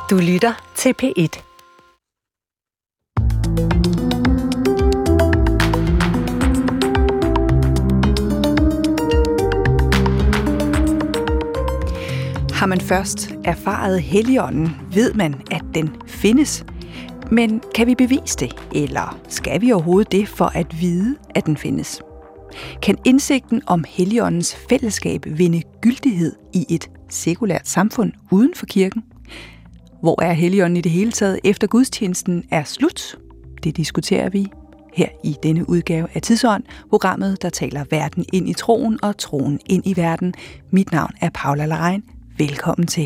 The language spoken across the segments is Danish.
Du lytter til P1. Har man først erfaret Helligånden, ved man, at den findes. Men kan vi bevise det, eller skal vi overhovedet det for at vide, at den findes? Kan indsigten om Helligåndens fællesskab vinde gyldighed i et sekulært samfund uden for kirken? Hvor er Helligånden i det hele taget efter gudstjenesten er slut? Det diskuterer vi her i denne udgave af Tidsånd, programmet, der taler verden ind i troen og troen ind i verden. Mit navn er Paula Larrain. Velkommen til.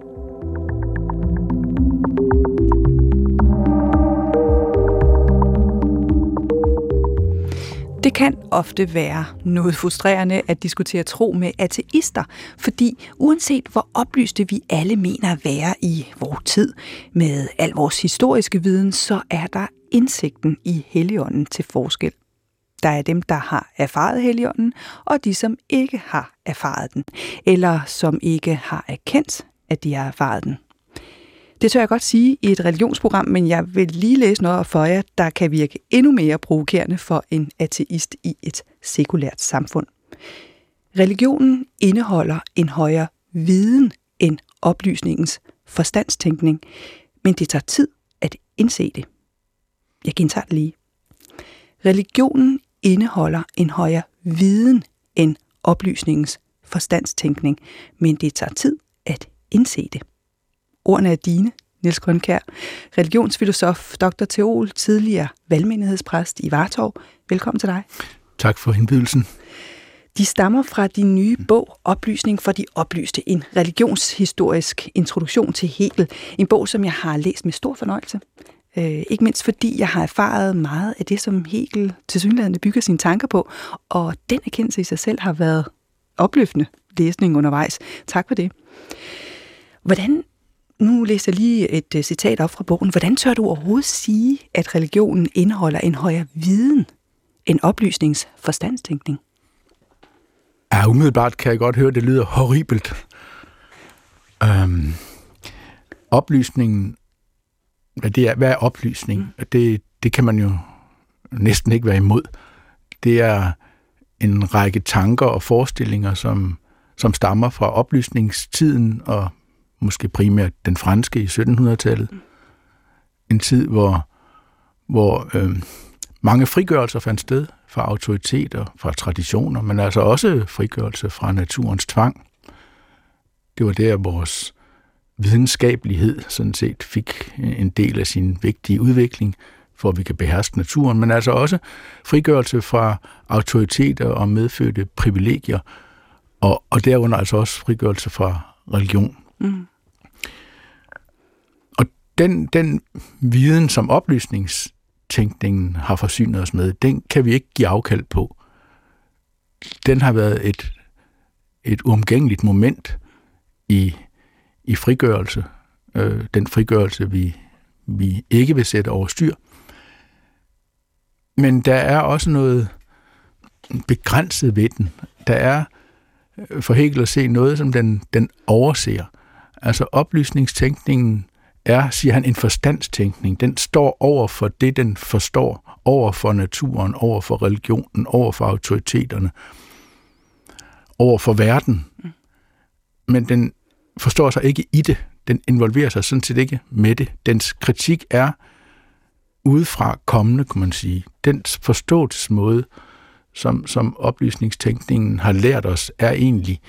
Det kan ofte være noget frustrerende at diskutere tro med ateister, fordi uanset hvor oplyste vi alle mener at være i vores tid, med al vores historiske viden, så er der indsigten i Helligånden til forskel. Der er dem, der har erfaret Helligånden, og de, som ikke har erfaret den, eller som ikke har erkendt, at de har erfaret den. Det tør jeg godt sige i et religionsprogram, men jeg vil lige læse noget for jer, der kan virke endnu mere provokerende for en ateist i et sekulært samfund. Religionen indeholder en højere viden end oplysningens forstandstænkning, men det tager tid at indse det. Jeg gentager det lige. Religionen indeholder en højere viden end oplysningens forstandstænkning, men det tager tid at indse det. Ordene er dine, Niels Grønkjær, religionsfilosof, dr. teol, tidligere valgmenighedspræst i Vartov. Velkommen til dig. Tak for indbydelsen. De stammer fra din nye bog, Oplysning for de oplyste, en religionshistorisk introduktion til Hegel. En bog, som jeg har læst med stor fornøjelse. Ikke mindst fordi jeg har erfaret meget af det, som Hegel tilsyneladende bygger sine tanker på, og den erkendelse i sig selv har været opløftende læsning undervejs. Tak for det. Nu læser jeg lige et citat op fra bogen. Hvordan tør du overhovedet sige, at religionen indeholder en højere viden end oplysnings forstandstænkning? Ja, umiddelbart kan jeg godt høre, at det lyder horribelt. Oplysningen, hvad er oplysning? Det kan man jo næsten ikke være imod. Det er en række tanker og forestillinger, som stammer fra oplysningstiden og måske primært den franske i 1700-tallet. En tid, hvor mange frigørelser fandt sted fra autoriteter, fra traditioner, men altså også frigørelse fra naturens tvang. Det var der, vores videnskabelighed sådan set fik en del af sin vigtige udvikling, for at vi kan beherske naturen, men altså også frigørelse fra autoriteter og medfødte privilegier, og derunder altså også frigørelse fra religion. Og den viden, som oplysningstænkningen har forsynet os med, den kan vi ikke give afkald på. Den har været et uomgængeligt moment i frigørelse. Den frigørelse, vi ikke vil sætte over styr. Men der er også noget begrænset ved den. Der er for Hegel at se noget, som den overser. Altså oplysningstænkningen er, siger han, en forstandstænkning. Den står over for det, den forstår, over for naturen, over for religionen, over for autoriteterne, over for verden. Men den forstår sig ikke i det. Den involverer sig sådan set ikke med det. Dens kritik er udefra kommende, kunne man sige. Dens forståelsesmåde, som oplysningstænkningen har lært os, er egentlig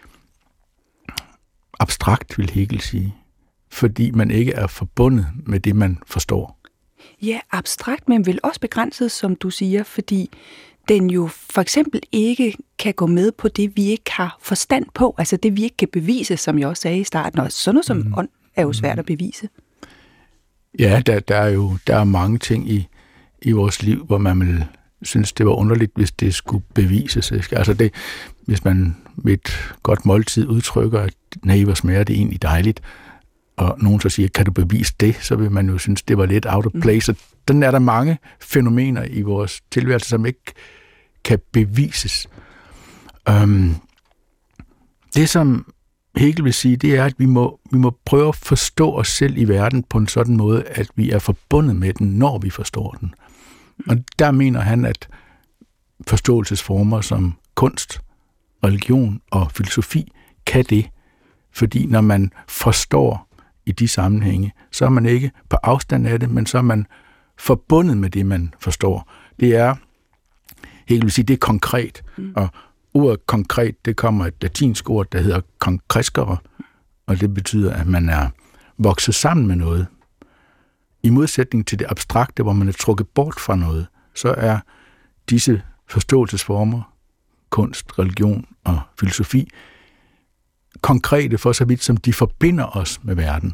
abstrakt, vil Hegel sige, fordi man ikke er forbundet med det, man forstår. Ja, abstrakt, men vel også begrænset, som du siger, fordi den jo for eksempel ikke kan gå med på det, vi ikke har forstand på, altså det, vi ikke kan bevise, som jeg også sagde i starten, og sådan noget som ånd er jo svært at bevise. Ja, der er mange ting i vores liv, hvor man vil synes, det var underligt, hvis det skulle bevises. Altså hvis man ved et godt måltid udtrykker, at nej, hvor smager det egentlig dejligt, og nogen så siger, kan du bevise det, så vil man jo synes, det var lidt out of place. Og den er der mange fænomener i vores tilværelse, som ikke kan bevises. Det, som Hegel vil sige, det er, at vi må prøve at forstå os selv i verden på en sådan måde, at vi er forbundet med den, når vi forstår den. Og der mener han, at forståelsesformer som kunst, religion og filosofi kan det. Fordi når man forstår i de sammenhænge, så er man ikke på afstand af det, men så er man forbundet med det, man forstår. Det er, Hegel vil sige, det er konkret. Og ordet konkret, det kommer et latinsk ord, der hedder concrescere, og det betyder, at man er vokset sammen med noget. I modsætning til det abstrakte, hvor man er trukket bort fra noget, så er disse forståelsesformer, kunst, religion og filosofi, konkrete for så vidt, som de forbinder os med verden.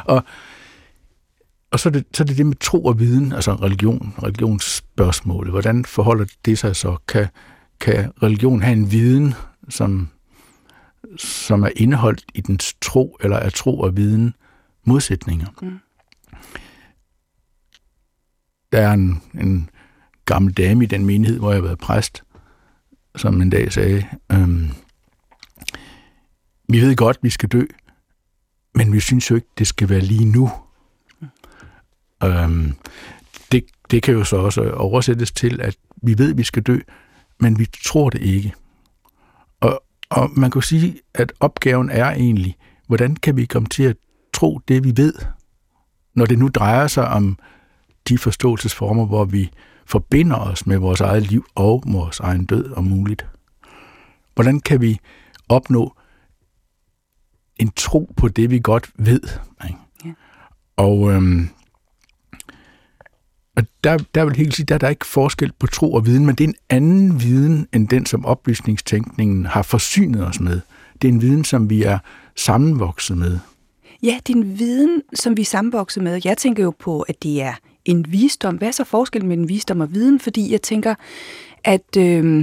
Og så er det med tro og viden, altså religionsspørgsmålet. Hvordan forholder det sig så? Kan religion have en viden, som er indeholdt i dens tro, eller er tro og viden modsætninger? Der er en gammel dame i den menighed, hvor jeg har været præst, som en dag sagde, vi ved godt, vi skal dø, men vi synes jo ikke, det skal være lige nu. Det kan jo så også oversættes til, at vi ved, vi skal dø, men vi tror det ikke. Og man kan sige, at opgaven er egentlig, hvordan kan vi komme til at tro det, vi ved, når det nu drejer sig om de forståelsesformer, hvor vi forbinder os med vores eget liv og vores egen død om muligt. Hvordan kan vi opnå en tro på det, vi godt ved? Ikke? Ja. Og der vil helt sige, der er ikke forskel på tro og viden, men det er en anden viden, end den, som oplysningstænkningen har forsynet os med. Det er en viden, som vi er sammenvokset med. Ja, det er en viden, som vi er sammenvokset med. Jeg tænker jo på, at det er en visdom. Hvad er så forskellen mellem visdom og viden? Fordi jeg tænker, at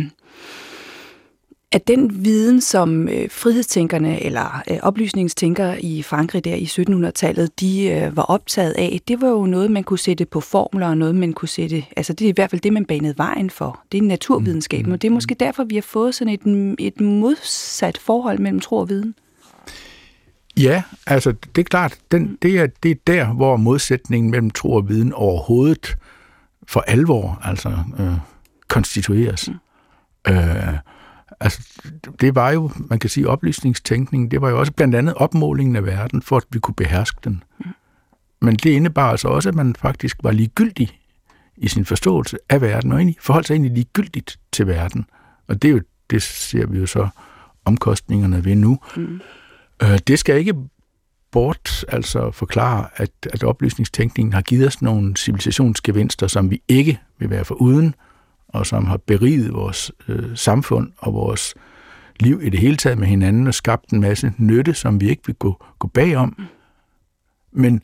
den viden, som frihedstænkerne eller oplysningstænkere i Frankrig der i 1700-tallet, de var optaget af, det var jo noget, man kunne sætte på formler, og noget, man kunne sætte, altså det er i hvert fald det, man banede vejen for. Det er naturvidenskaben, og det er måske derfor, vi har fået sådan et modsat forhold mellem tro og viden. Ja, altså det er klart, det er der, hvor modsætningen mellem tro og viden overhovedet for alvor konstitueres. Altså, det var jo, man kan sige, oplysningstænkningen, det var jo også blandt andet opmålingen af verden, for at vi kunne beherske den. Men det indebar altså også, at man faktisk var ligegyldig i sin forståelse af verden, og forholdt sig egentlig ligegyldigt til verden. Og det ser vi jo så omkostningerne ved nu. Det skal ikke forklare, at oplysningstænkningen har givet os nogle civilisationsgevinster, som vi ikke vil være foruden, og som har beriget vores samfund og vores liv i det hele taget med hinanden, og skabt en masse nytte, som vi ikke vil gå bagom. Men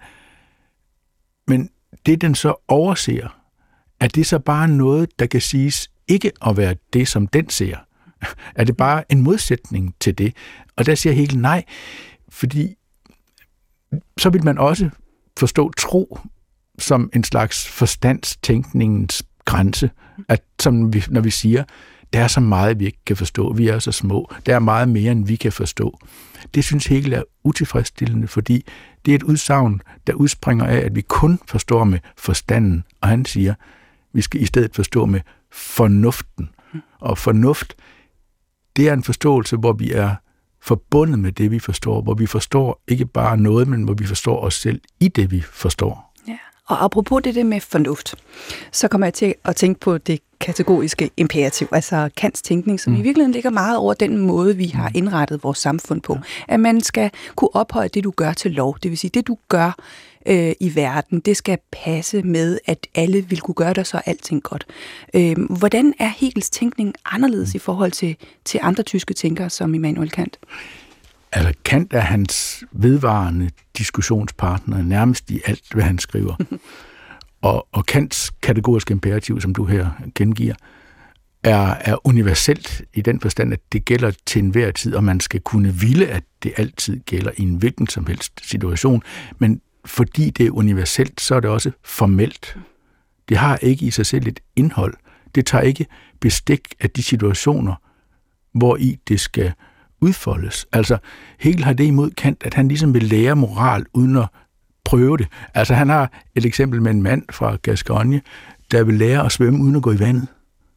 det, den så overser, er det så bare noget, der kan siges ikke at være det, som den ser? Er det bare en modsætning til det? Og der siger Hegel nej, fordi så vil man også forstå tro som en slags forstandstænkningens grænse, at når vi siger, der er så meget, vi ikke kan forstå, vi er så små, der er meget mere, end vi kan forstå. Det synes Hegel er utilfredsstillende, fordi det er et udsagn, der udspringer af, at vi kun forstår med forstanden, og han siger, vi skal i stedet forstå med fornuften. Og fornuft, det er en forståelse, hvor vi er forbundet med det, vi forstår, hvor vi forstår ikke bare noget, men hvor vi forstår os selv i det, vi forstår. Ja. Og apropos det med fornuft, så kommer jeg til at tænke på det kategoriske imperativ, altså Kants tænkning, som i virkeligheden ligger meget over den måde, vi har indrettet vores samfund på. At man skal kunne ophøje det, du gør til lov. Det vil sige, det du gør i verden, det skal passe med, at alle vil kunne gøre det, så er alting godt. Hvordan er Hegels tænkning anderledes i forhold til andre tyske tænkere, som Immanuel Kant? Altså, Kant er hans vedvarende diskussionspartner nærmest i alt, hvad han skriver. Og Kants kategoriske imperativ, som du her gengiver, er universelt i den forstand, at det gælder til enhver tid, og man skal kunne ville, at det altid gælder i en hvilken som helst situation. Men fordi det er universelt, så er det også formelt. Det har ikke i sig selv et indhold. Det tager ikke bestik af de situationer, hvor i det skal udfoldes. Altså, Hegel har det imod Kant, at han ligesom vil lære moral uden at prøve det. Altså, han har et eksempel med en mand fra Gascogne, der vil lære at svømme uden at gå i vandet.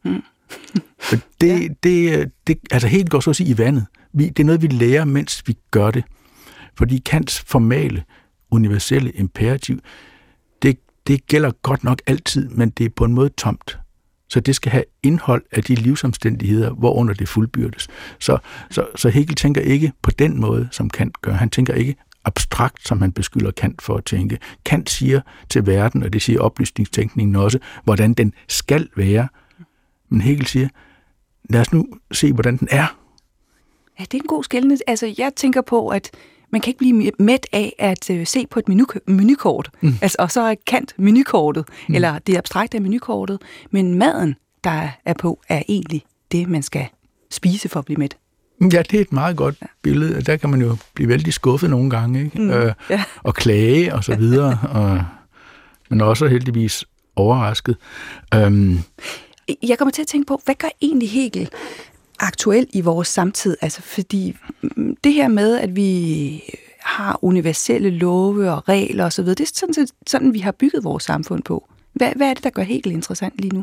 Altså, Hegel går så at sige i vandet. Det er noget, vi lærer, mens vi gør det. Fordi Kants formale, universelle imperativ, det gælder godt nok altid, men det er på en måde tomt. Så det skal have indhold af de livsomstændigheder, hvorunder det fuldbyrdes. Så Hegel tænker ikke på den måde, som Kant gør. Han tænker ikke abstrakt, som han beskylder Kant for at tænke. Kant siger til verden, og det siger oplysningstænkningen også, hvordan den skal være. Men Hegel siger, lad os nu se, hvordan den er. Ja, det er en god skelnen. Altså, jeg tænker på, at man kan ikke blive mæt af at se på et menukort. Altså, og så er Kant menukortet, eller det abstrakte af menukortet. Men maden, der er på, er egentlig det, man skal spise for at blive mæt. Ja, det er et meget godt billede. Der kan man jo blive vældig skuffet nogle gange, ikke? Og klage og så videre, men også heldigvis overrasket. Jeg kommer til at tænke på, hvad gør egentlig Hegel aktuel i vores samtid? Altså, fordi det her med, at vi har universelle love og regler osv., det er sådan, vi har bygget vores samfund på. Hvad er det, der gør Hegel interessant lige nu?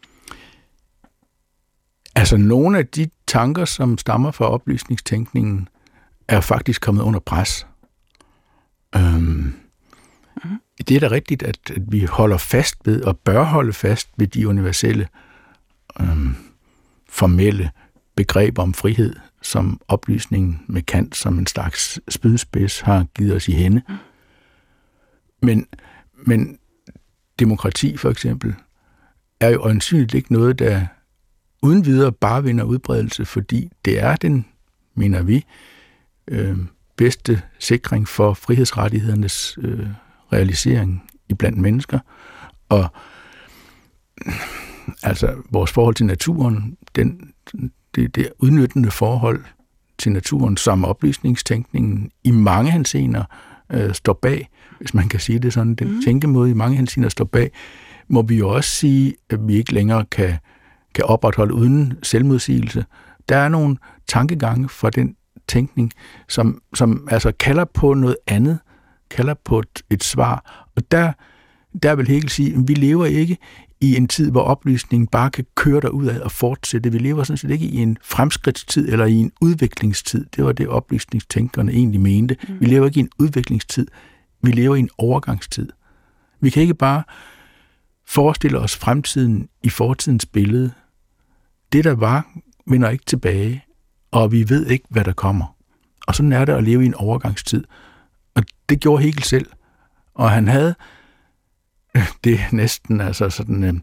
Altså, nogle af de tanker, som stammer fra oplysningstænkningen, er faktisk kommet under pres. Det er da rigtigt, at vi holder fast ved, og bør holde fast ved de universelle, formelle begreber om frihed, som oplysningen med Kant som en slags spydspids har givet os i hænde. Men demokrati for eksempel er jo øjensynligt ikke noget, der uden videre bare vinder udbredelse, fordi det er den, mener vi, bedste sikring for frihedsrettighedernes realisering iblandt mennesker. Og altså vores forhold til naturen, det udnyttende forhold til naturen, som oplysningstænkningen i mange henseender står bag, hvis man kan sige det sådan, den tænkemåde i mange henseender står bag, må vi jo også sige, at vi ikke længere kan opretholde uden selvmodsigelse. Der er nogle tankegange fra den tænkning, som altså kalder på noget andet, kalder på et svar. Og der vil Hegel sige, at vi lever ikke i en tid, hvor oplysningen bare kan køre derudad og fortsætte. Vi lever sådan set ikke i en fremskridtstid eller i en udviklingstid. Det var det, oplysningstænkerne egentlig mente. Vi lever ikke i en udviklingstid. Vi lever i en overgangstid. Vi kan ikke bare forestille os fremtiden i fortidens billede. Det, der var, vender ikke tilbage, og vi ved ikke, hvad der kommer. Og sådan er det at leve i en overgangstid. Og det gjorde Hegel selv. Og han havde det næsten altså sådan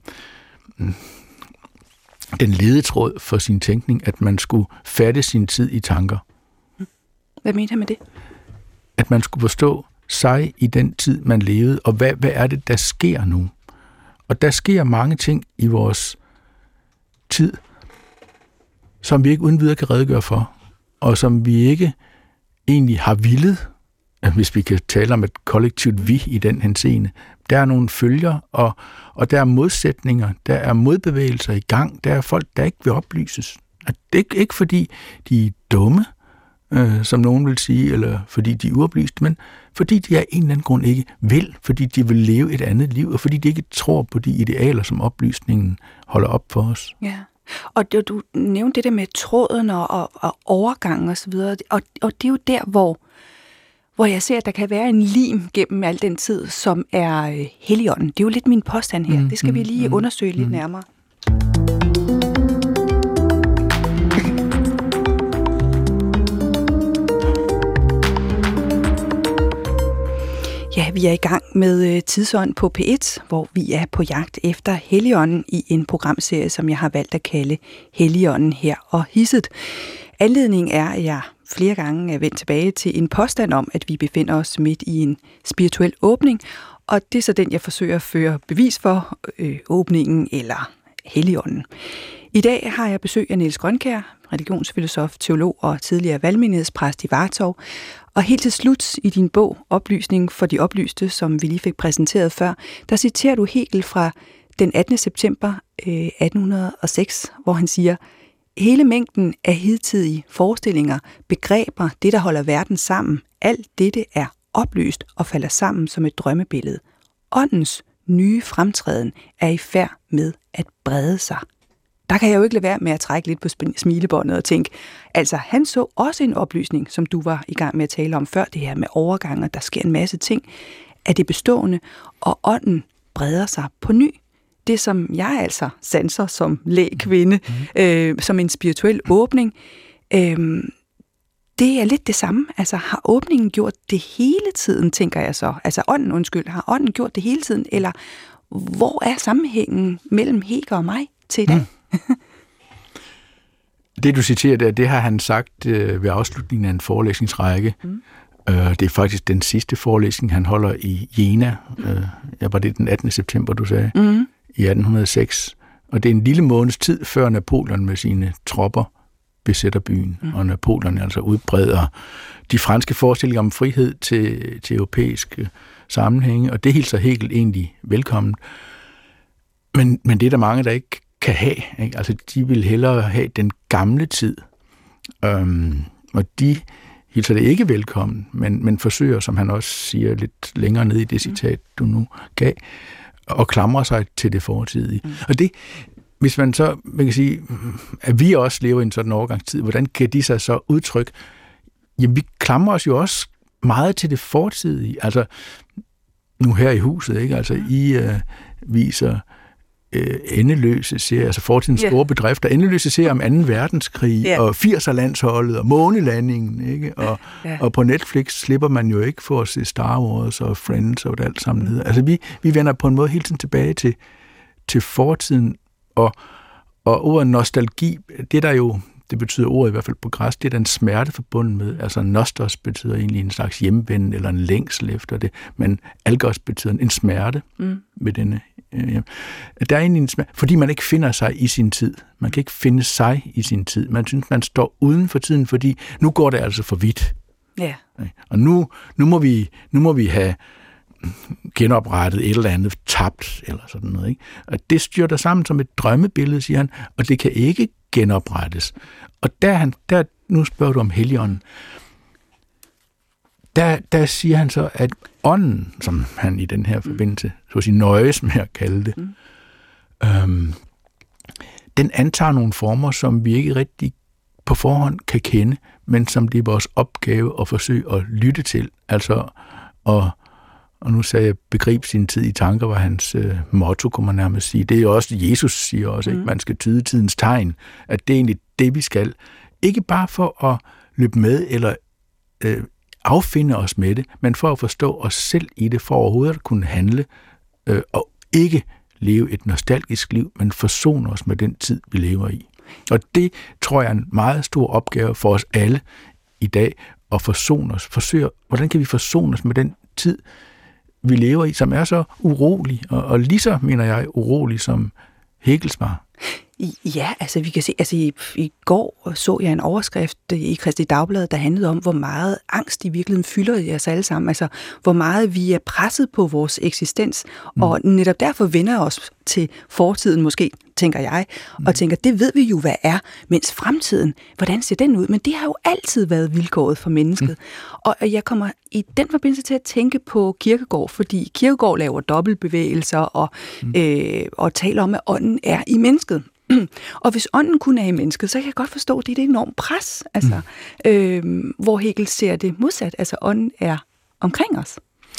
den ledetråd for sin tænkning, at man skulle fatte sin tid i tanker. Hvad mente han med det? At man skulle forstå sig i den tid, man levede, og hvad er det, der sker nu? Og der sker mange ting i vores tid, som vi ikke uden videre kan redegøre for, og som vi ikke egentlig har villet, hvis vi kan tale om et kollektivt vi i den henseende. Der er nogle følger, og der er modsætninger, der er modbevægelser i gang, der er folk, der ikke vil oplyses. Og det er ikke fordi, de er dumme, som nogen vil sige, eller fordi de er uoplyst, men fordi de af en eller anden grund ikke vil, fordi de vil leve et andet liv, og fordi de ikke tror på de idealer, som oplysningen holder op for os. Ja, og du nævnte det der med tråden og overgangen og så videre, og det er jo der, hvor jeg ser, at der kan være en lim gennem al den tid, som er Helligånden. Det er jo lidt min påstand her. Det skal vi lige undersøge lidt nærmere. Ja, vi er i gang med Tidsånd på P1, hvor vi er på jagt efter Helligånden i en programserie, som jeg har valgt at kalde Helligånden her og hisset. Anledningen er, at jeg flere gange er vendt tilbage til en påstand om, at vi befinder os midt i en spirituel åbning, og det er så den, jeg forsøger at føre bevis for, åbningen eller Helligånden. I dag har jeg besøg af Niels Grønkjær, religionsfilosof, teolog og tidligere valgmenighedspræst i Vartov. Og helt til slut i din bog, Oplysning for de oplyste, som vi lige fik præsenteret før, der citerer du Hegel fra den 18. september 1806, hvor han siger, hele mængden af hidtidige forestillinger, begreber, det der holder verden sammen, alt dette er opløst og falder sammen som et drømmebillede. Åndens nye fremtræden er i færd med at brede sig. Der kan jeg jo ikke lade være med at trække lidt på smilebåndet og tænke, altså han så også en oplysning, som du var i gang med at tale om før, det her med overgang, og der sker en masse ting af det bestående, og ånden breder sig på ny. Det, som jeg altså sanser som lægkvinde, som en spirituel åbning, det er lidt det samme. Altså har åbningen gjort det hele tiden, tænker jeg så? Altså har ånden gjort det hele tiden? Eller hvor er sammenhængen mellem Hegel og mig til det? Det, du citerer der, det har han sagt ved afslutningen af en forelæsningsrække. Det er faktisk den sidste forelæsning, han holder i Jena. Var det den 18. september, du sagde? I 1806. Og det er en lille måneds tid, før Napoleon med sine tropper besætter byen, og Napoleon altså udbreder de franske forestillinger om frihed til europæiske sammenhænge, og det hilser Hegel egentlig velkommen. Men det er der mange, der ikke kan have. Ikke? Altså, de vil hellere have den gamle tid, og de hilser det ikke velkommen, men forsøger, som han også siger lidt længere ned i det citat, du nu gav, og klamrer sig til det fortidige. Og det, hvis man kan sige, at vi også lever i en sådan overgangstid, hvordan kan de sig så udtrykke? Jamen, vi klamrer os jo også meget til det fortidige. Altså, nu her i huset, ikke? Altså, I viser endeløse serier, altså fortidens store bedrifter, endeløse serier om 2. verdenskrig, og 80'er-landsholdet, og månelandingen, ikke? Og på Netflix slipper man jo ikke for at se Star Wars og Friends og alt sammen videre. Altså vi vender på en måde hele tiden tilbage til fortiden, og ordet nostalgi, det betyder ordet i hvert fald på græs, det er den smerte forbundet med, altså nostos betyder egentlig en slags hjemvenden eller en længsel efter det, men algos betyder en smerte ved denne. Der er egentlig en smerte, fordi man ikke finder sig i sin tid. Man kan ikke finde sig i sin tid. Man synes, man står uden for tiden, fordi nu går det altså for vidt. Ja. Og nu må vi have genoprettet et eller andet tabt, eller sådan noget. Ikke? Og det styrter sammen som et drømmebillede, siger han, og det kan ikke genoprettes. Og der nu spørger du om Helligånden, der siger han så, at ånden, som han i den her forbindelse så at sige nøjes med at kalde det, den antager nogle former, som vi ikke rigtig på forhånd kan kende, men som det er vores opgave at forsøge at lytte til. Altså, og nu sagde jeg, begrib sin tid i tanker, var hans motto, kunne man nærmest sige. Det er jo også, Jesus siger også, ikke? Man skal tyde tidens tegn, at det er egentlig det, vi skal. Ikke bare for at løbe med, eller affinde os med det, men for at forstå os selv i det, for overhovedet at kunne handle, og ikke leve et nostalgisk liv, men forsone os med den tid, vi lever i. Og det, tror jeg, er en meget stor opgave for os alle i dag, at forsone os. Hvordan kan vi forsone os med den tid, vi lever i, som er så urolig, og lige så, mener jeg, urolig som Hegels var. Ja, altså vi kan se, altså i går så jeg en overskrift i Kristi Dagblad, der handlede om, hvor meget angst i virkeligheden fylder i os alle sammen, altså hvor meget vi er presset på vores eksistens, og netop derfor vender os til fortiden måske, tænker jeg, og tænker, det ved vi jo, hvad er, mens fremtiden, hvordan ser den ud? Men det har jo altid været vilkåret for mennesket. Og jeg kommer i den forbindelse til at tænke på Kierkegaard, fordi Kierkegaard laver dobbeltbevægelser og taler om, at ånden er i mennesket. Og hvis ånden kun er i mennesket, så kan jeg godt forstå, at det er et enormt pres, altså, hvor Hegel ser det modsat, altså ånden er omkring os.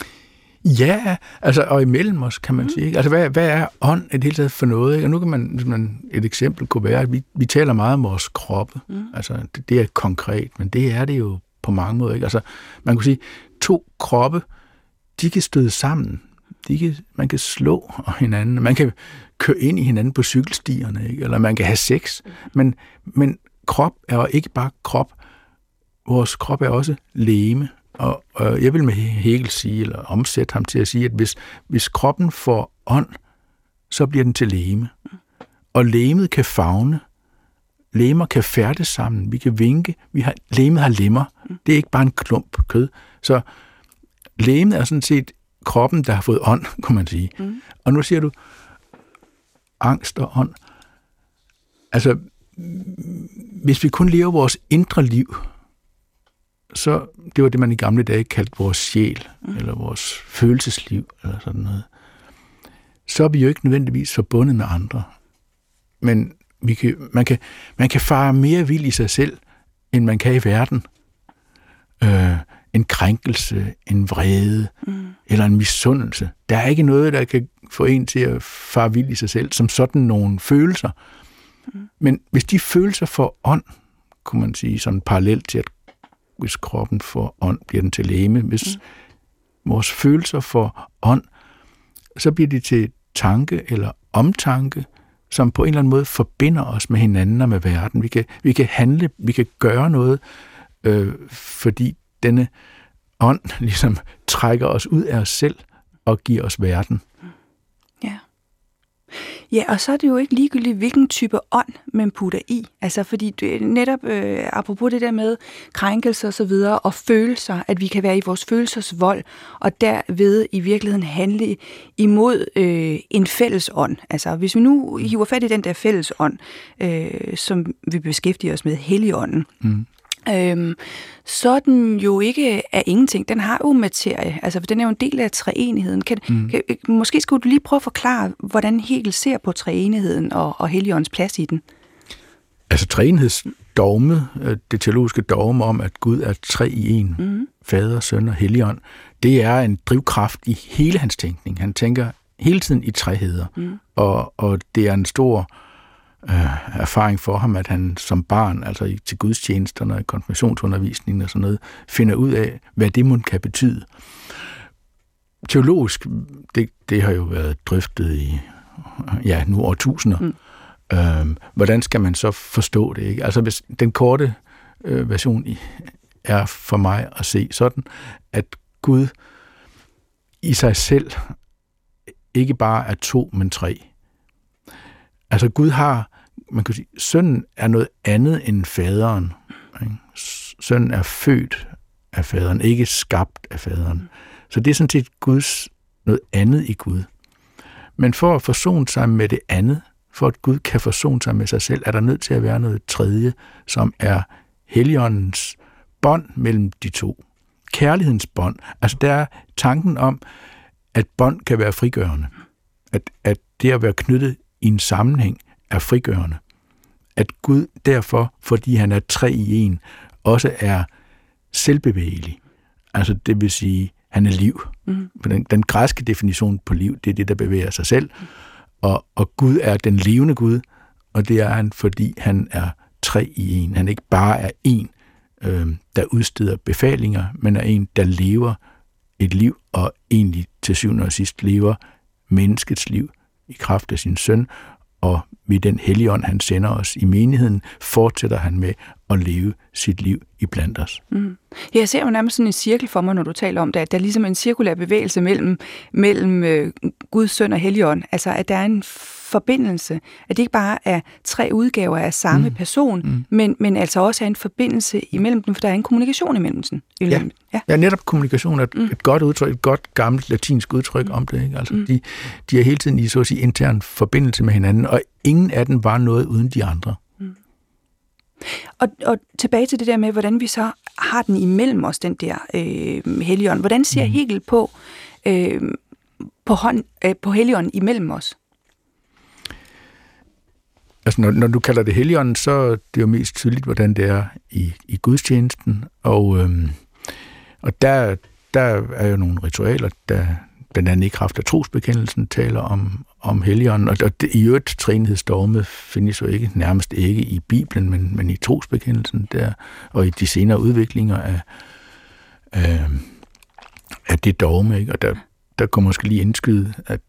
Ja, altså, og imellem os, kan man sige. Ikke? Altså, hvad er ånd i det hele taget for noget? Ikke? Og nu kan man et eksempel kunne være, at vi taler meget om vores kroppe. Altså, det er konkret, men det er det jo på mange måder. Ikke? Altså, man kunne sige, 2 kroppe, de kan støde sammen. Man kan slå hinanden, man kan køre ind i hinanden på cykelstierne, ikke? Eller man kan have sex. Men krop er jo ikke bare krop. Vores krop er også legeme. Og jeg vil med Hegel sige, eller omsætte ham til at sige, at hvis kroppen får ånd, så bliver den til legeme. Og legemet kan favne. Legemer kan færdes sammen. Vi kan vinke. Legemet har lemmer. Det er ikke bare en klump kød. Så legemet er sådan set kroppen, der har fået ånd, kunne man sige. Og nu siger du angst og ånd. Altså, hvis vi kun lever vores indre liv, så det var det, man i gamle dage kaldte vores sjæl, eller vores følelsesliv, eller sådan noget, så er vi jo ikke nødvendigvis forbundet med andre. Men man kan fare mere vild i sig selv, end man kan i verden. En krænkelse, en vrede, eller en misundelse. Der er ikke noget, der kan få en til at fare vild i sig selv, som sådan nogle følelser. Men hvis de følelser får ånd, kunne man sige, sådan parallelt til, at hvis kroppen får ånd, bliver den til legeme. Hvis vores følelser får ånd, så bliver de til tanke eller omtanke, som på en eller anden måde forbinder os med hinanden og med verden. Vi kan handle, vi kan gøre noget, fordi denne ånd ligesom trækker os ud af os selv og giver os verden. Ja. Ja, og så er det jo ikke ligegyldigt, hvilken type ånd man putter i. Altså, fordi netop apropos det der med krænkelser og så videre, og følelser, at vi kan være i vores følelsesvold, og derved i virkeligheden handle imod en fælles ånd. Altså, hvis vi nu hiver fat i den der fælles ånd, som vi beskæftiger os med, Helligånden, så er den jo ikke af ingenting. Den har jo materie, altså for den er jo en del af treenigheden. Måske skulle du lige prøve at forklare, hvordan Hegel ser på treenigheden og Helligåndens plads i den. Altså treenighedsdogmet, det teologiske dogme om, at Gud er tre i en, Fader, Søn og Helligånd, det er en drivkraft i hele hans tænkning. Han tænker hele tiden i treheder, og det er en stor erfaring for ham, at han som barn, altså til gudstjenesterne og konfirmationsundervisningen og sådan noget, finder ud af, hvad det mon kan betyde. Teologisk, det har jo været drøftet i nu årtusinder. Hvordan skal man så forstå det? Ikke? Altså hvis den korte version er for mig at se sådan, at Gud i sig selv ikke bare er to, men tre. Altså Gud har, man kan sige, sønnen er noget andet end faderen. Ikke? Sønnen er født af faderen, ikke skabt af faderen. Så det er sådan set noget andet i Gud. Men for at forsone sig med det andet, for at Gud kan forsone sig med sig selv, er der nødt til at være noget tredje, som er Helligåndens bånd mellem de to. Kærlighedens bånd. Altså der er tanken om, at bånd kan være frigørende. At det at være knyttet i en sammenhæng er frigørende. At Gud derfor, fordi han er tre i en, også er selvbevægelig. Altså det vil sige, han er liv. Den græske definition på liv, det er det, der bevæger sig selv. Og Gud er den levende Gud, og det er han, fordi han er tre i en. Han ikke bare er en, der udsteder befalinger, men er en, der lever et liv, og egentlig til syvende og sidst lever menneskets liv i kraft af sin søn, og ved den Helligånd, han sender os i menigheden, fortsætter han med at leve sit liv iblandt os. Ja, jeg ser jo nærmest sådan en cirkel for mig, når du taler om det, at der er ligesom en cirkulær bevægelse mellem Guds søn og Helligånd. Altså, at der er en forbindelse, at det ikke bare er tre udgaver af samme person, men altså også er en forbindelse imellem dem, for der er en kommunikation imellem dem. Ja, netop kommunikation er et godt udtryk, et godt gammelt latinsk udtryk om det. Ikke? Altså, de er hele tiden i så at sige intern forbindelse med hinanden, og ingen af dem var noget uden de andre. Og tilbage til det der med, hvordan vi så har den imellem os, den der Helligånd. Hvordan ser Hegel på Helligånden imellem os? Altså, når du kalder det Helligånden, så er det jo mest tydeligt, hvordan det er i gudstjenesten. Og der er jo nogle ritualer, der blandt andet i kraft af trosbekendelsen taler om Helligånden. Og i øvrigt treenighedsdogmet findes jo nærmest ikke i Bibelen, men i trosbekendelsen der, og i de senere udviklinger af det dogme. Ikke? Og der kommer måske lige indskyde, at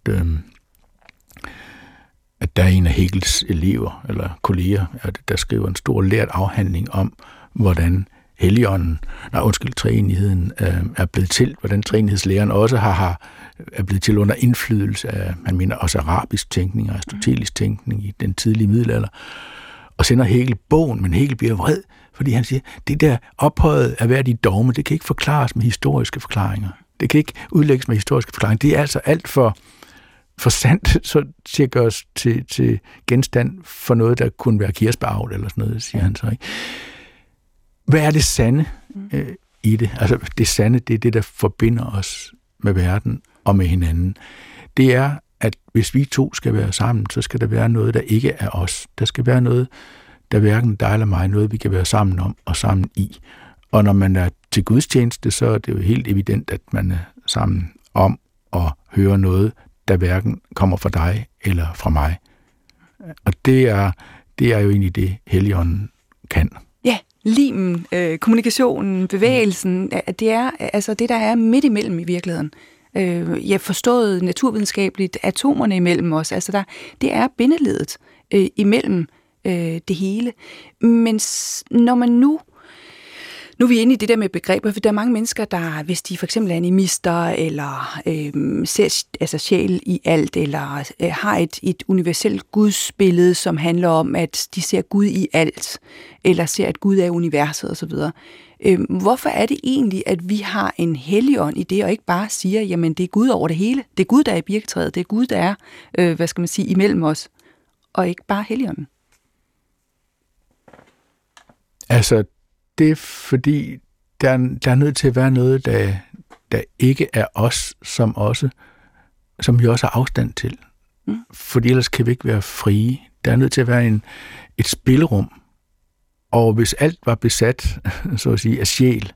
der er en af Hegels elever, eller kolleger, der skriver en stor lært afhandling om, hvordan treenigheden er blevet til, hvordan treenighedslæren også er blevet til under indflydelse af, man mener også arabisk tænkning og aristotelisk tænkning i den tidlige middelalder, og sender Hegel bogen, men Hegel bliver vred, fordi han siger, det der ophøjet af hvert i dogme, det kan ikke forklares med historiske forklaringer. Det kan ikke udlægges med historiske forklaringer. Det er altså alt for forsandt, så til at gøre os til genstand for noget, der kunne være kirsebæravl eller sådan noget, siger han så, ikke? Hvad er det sande i det? Altså, det sande, det er det, der forbinder os med verden og med hinanden. Det er, at hvis vi to skal være sammen, så skal der være noget, der ikke er os. Der skal være noget, der hverken dig eller mig, noget vi kan være sammen om og sammen i. Og når man er til gudstjeneste, så er det jo helt evident, at man er sammen om at høre noget, der hverken kommer fra dig eller fra mig. Og det er jo egentlig det, Helligånden kan. Ja, limen, kommunikationen, bevægelsen, det er altså det, der er midt imellem i virkeligheden. Jeg forstået naturvidenskabeligt atomerne imellem os. Altså det er bindeledet imellem det hele. Men når man nu er vi inde i det der med begreber, for der er mange mennesker, der, hvis de for eksempel er animister, eller ser sjæl i alt, eller har et universelt gudsbillede, som handler om, at de ser Gud i alt, eller ser, at Gud er universet osv. Hvorfor er det egentlig, at vi har en helligånd i det, og ikke bare siger, jamen det er Gud over det hele, det er Gud, der er i birketræet, det er Gud, der er, imellem os, og ikke bare helligånden? Altså, det er fordi, der er nødt til at være noget, der ikke er os, som vi også har afstand til. Fordi ellers kan vi ikke være frie. Der er nødt til at være et spillerum. Og hvis alt var besat, så at sige, af sjæl,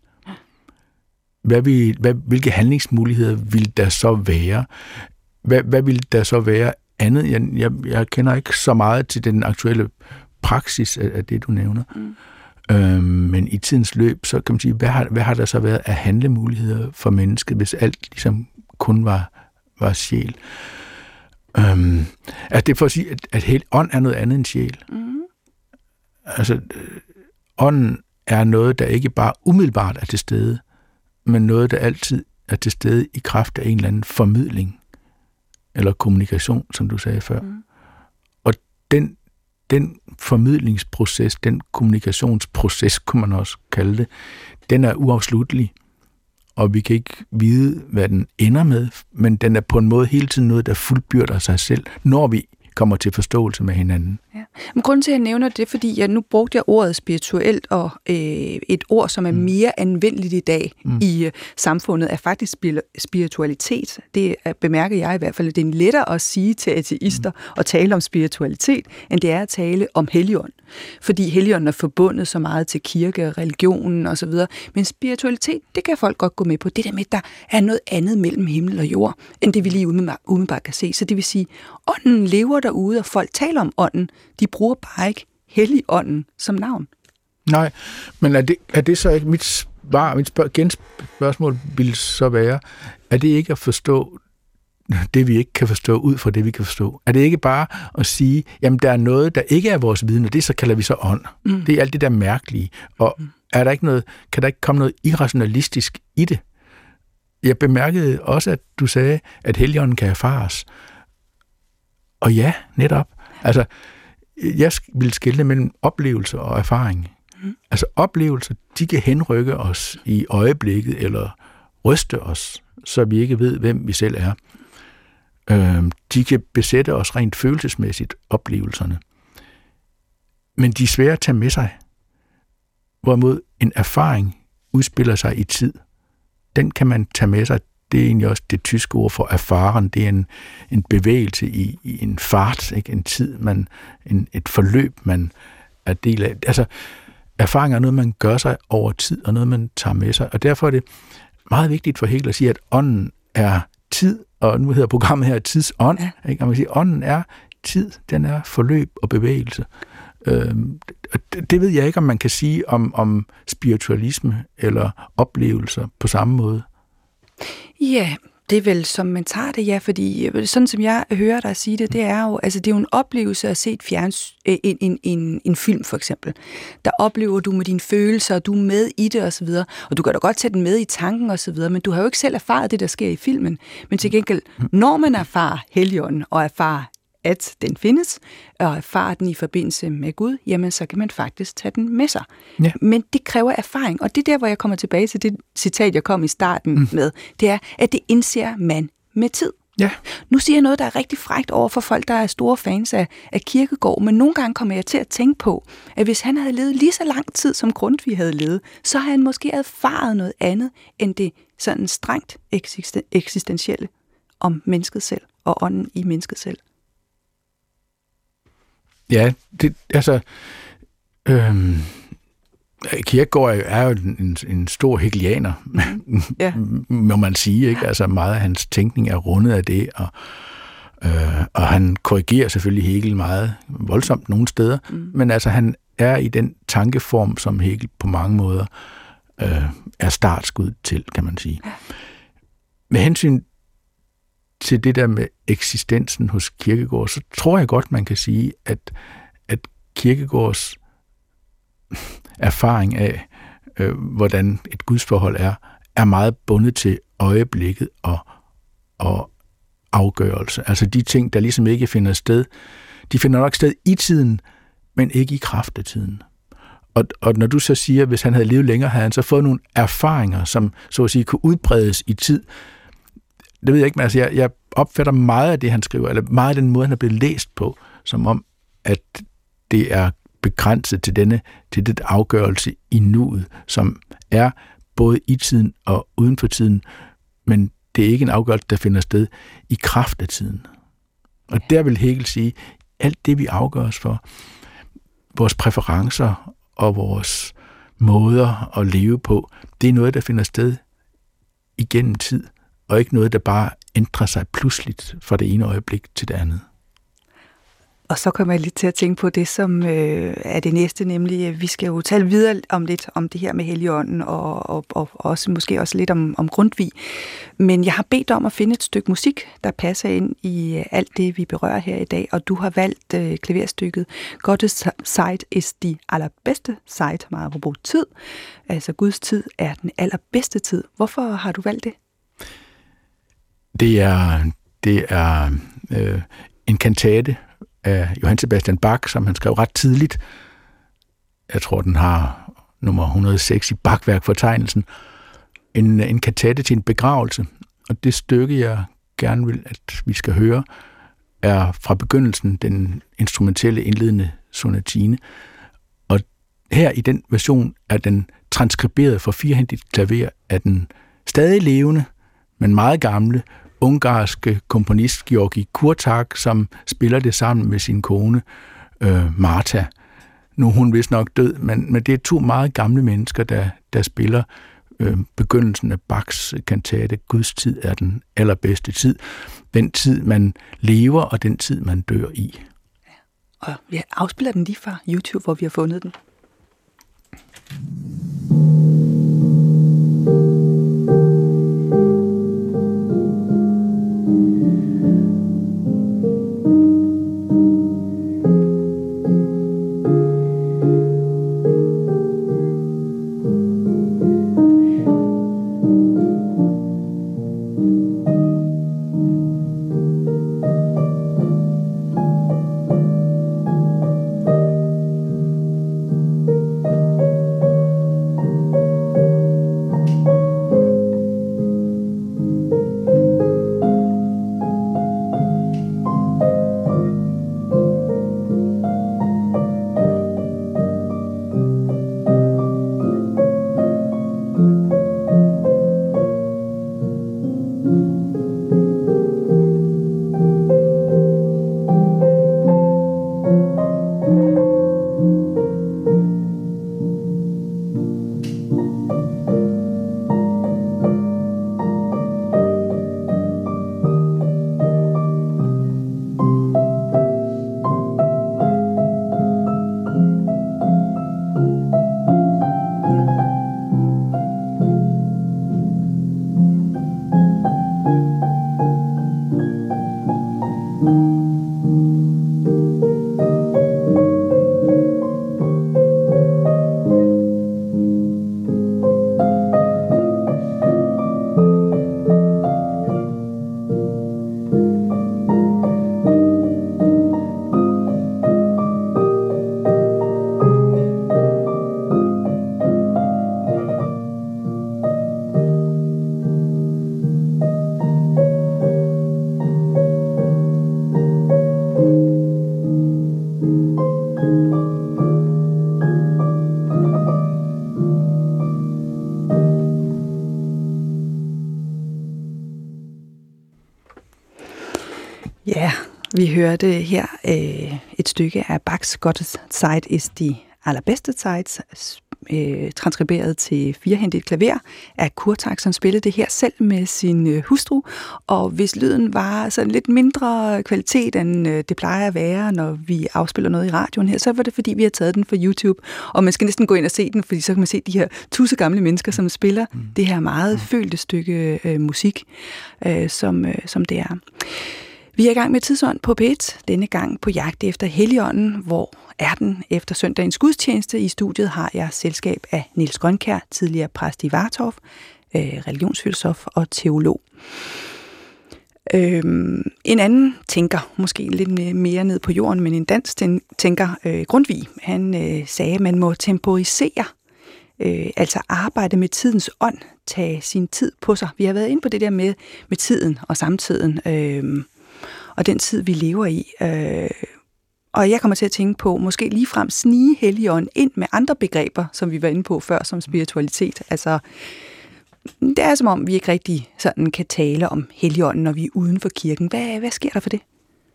hvilke handlingsmuligheder ville der så være? Hvad ville der så være andet? Jeg kender ikke så meget til den aktuelle praksis af det, du nævner. Men i tidens løb, så kan man sige, hvad har der så været af handlemuligheder for mennesket, hvis alt ligesom kun var sjæl? Altså det er for at sige, at ånd er noget andet end sjæl. Altså, ånden er noget, der ikke bare umiddelbart er til stede, men noget, der altid er til stede i kraft af en eller anden formidling eller kommunikation, som du sagde før. Og den formidlingsproces, den kommunikationsproces, kunne man også kalde det, den er uafsluttelig, og vi kan ikke vide, hvad den ender med, men den er på en måde hele tiden noget, der fuldbyrder sig selv, når vi kommer til forståelse med hinanden. Ja. Men grunden til, at jeg nævner det, fordi nu brugte jeg ordet spirituelt, og et ord, som er mere anvendeligt i dag i samfundet, er faktisk spiritualitet. Det bemærker jeg i hvert fald, at det er lettere at sige til ateister og tale om spiritualitet, end det er at tale om helligånd. Fordi helligånden er forbundet så meget til kirke, religionen osv. Men spiritualitet, det kan folk godt gå med på. Det der med, at der er noget andet mellem himmel og jord, end det vi lige umiddelbart kan se. Så det vil sige, ånden lever derude, og folk taler om ånden. De bruger bare ikke Helligånden som navn. Nej, men er det så ikke mit spørgsmål vil så være, er det ikke at forstå det, vi ikke kan forstå, ud fra det, vi kan forstå? Er det ikke bare at sige, jamen der er noget, der ikke er vores viden, og det så kalder vi så ånd. Det er alt det der mærkelige. Og er der ikke noget, kan der ikke komme noget irrationalistisk i det? Jeg bemærkede også, at du sagde, at Helligånden kan erfares. Og ja, netop. Altså, jeg vil skelne mellem oplevelse og erfaring. Altså oplevelser, de kan henrykke os i øjeblikket, eller ryste os, så vi ikke ved, hvem vi selv er. De kan besætte os rent følelsesmæssigt, oplevelserne. Men de er svære at tage med sig. Hvorimod en erfaring udspiller sig i tid. Den kan man tage med sig. Det er egentlig også det tyske ord for erfaren. Det er en bevægelse i en fart, ikke? En tid, et forløb, man er del af. Altså, erfaring er noget, man gør sig over tid, og noget, man tager med sig. Og derfor er det meget vigtigt for Hegel at sige, at ånden er tid, og nu hedder programmet her tidsånd. Ikke? Og man siger, ånden er tid, den er forløb og bevægelse. Det ved jeg ikke, om man kan sige om spiritualisme eller oplevelser på samme måde. Ja, det er vel, som man tager det, ja, fordi sådan som jeg hører dig sige det, det er jo, altså det er jo en oplevelse at se en film for eksempel. Der oplever du med dine følelser, og du er med i det osv., og du kan da godt tage den med i tanken osv., men du har jo ikke selv erfaret det, der sker i filmen. Men til gengæld, når man erfarer Helligånden og erfarer, at den findes, og erfarer den i forbindelse med Gud, jamen så kan man faktisk tage den med sig. Ja. Men det kræver erfaring, og det er der, hvor jeg kommer tilbage til det citat, jeg kom i starten med, det er, at det indser man med tid. Ja. Nu siger jeg noget, der er rigtig frækt over for folk, der er store fans af Kierkegaard, men nogle gange kommer jeg til at tænke på, at hvis han havde levet lige så lang tid, som Grundtvig havde levet, så havde han måske erfaret noget andet end det sådan strengt eksistentielle om mennesket selv og ånden i mennesket selv. Ja, Kierkegaard er jo en stor hegelianer, ja. Må man sige, ikke? Altså meget af hans tænkning er rundet af det, og han korrigerer selvfølgelig Hegel meget voldsomt nogle steder, men altså han er i den tankeform, som Hegel på mange måder er startskud til, kan man sige. Ja. Med hensyn til det der med eksistensen hos Kierkegaard, så tror jeg godt, man kan sige, at Kierkegaards erfaring af, hvordan et gudsforhold er meget bundet til øjeblikket og afgørelse. Altså de ting, der ligesom ikke finder sted, de finder nok sted i tiden, men ikke i kraft af tiden. Og når du så siger, at hvis han havde levet længere, havde han så fået nogle erfaringer, som så at sige kunne udbredes i tid. Det ved jeg ikke, men altså jeg opfatter meget af det, han skriver, eller meget af den måde, han er blevet læst på, som om, at det er begrænset til den afgørelse i nuet, som er både i tiden og uden for tiden, men det er ikke en afgørelse, der finder sted i kraft af tiden. Og der vil Hegel sige, alt det, vi afgør os for, vores præferencer og vores måder at leve på, det er noget, der finder sted igennem tid, og ikke noget, der bare ændrer sig pludseligt fra det ene øjeblik til det andet. Og så kommer jeg lidt til at tænke på det, som er det næste, nemlig vi skal jo tale videre om det her med Helligånden, og også måske også lidt om Grundtvig. Men jeg har bedt om at finde et stykke musik, der passer ind i alt det, vi berører her i dag, og du har valgt klaverstykket Gottes Zeit ist die allerbedste Zeit, meget apropos tid. Altså Guds tid er den allerbedste tid. Hvorfor har du valgt det? Det er en kantate af Johann Sebastian Bach, som han skrev ret tidligt. Jeg tror, den har nummer 106 i Bachværk-fortegnelsen. En kantate til en begravelse. Og det stykke, jeg gerne vil, at vi skal høre, er fra begyndelsen den instrumentelle indledende sonatine. Og her i den version er den transkriberet for firhændigt klaver af den stadig levende, men meget gamle ungarske komponist Georgi Kurtak, som spiller det sammen med sin kone Marta. Nu er hun vist nok død, men det er to meget gamle mennesker, der spiller begyndelsen af Bachs kantate. Guds tid er den allerbedste tid. Den tid, man lever, og den tid, man dør i. Ja. Og jeg afspiller den lige fra YouTube, hvor vi har fundet den. Ja, vi hørte her et stykke af Bachs Gottes Zeit ist die allerbedste Zeit, transkriberet til firehændigt klaver af Kurtak, som spillede det her selv med sin hustru, og hvis lyden var sådan lidt mindre kvalitet, end det plejer at være, når vi afspiller noget i radioen her, så var det fordi, vi har taget den fra YouTube, og man skal næsten gå ind og se den, fordi så kan man se de her gamle mennesker, som spiller det her meget følte stykke musik, som det er. Vi er i gang med Tidsånd på P1, denne gang på jagt efter Helligånden. Hvor er den efter søndagens gudstjeneste? I studiet har jeg selskab af Niels Grønkjær, tidligere præst i Vartov, religionsfilosof og teolog. En anden tænker, måske lidt mere ned på jorden, men en dansk tænker, Grundtvig, han sagde, at man må temporisere, altså arbejde med tidens ånd, tage sin tid på sig. Vi har været inde på det der med tiden og samtiden, og den tid, vi lever i. Og jeg kommer til at tænke på, måske ligefrem snige Helligånden ind med andre begreber, som vi var inde på før, som spiritualitet. Altså, det er som om, vi ikke rigtig sådan kan tale om Helligånden, når vi er uden for kirken. Hvad sker der for det?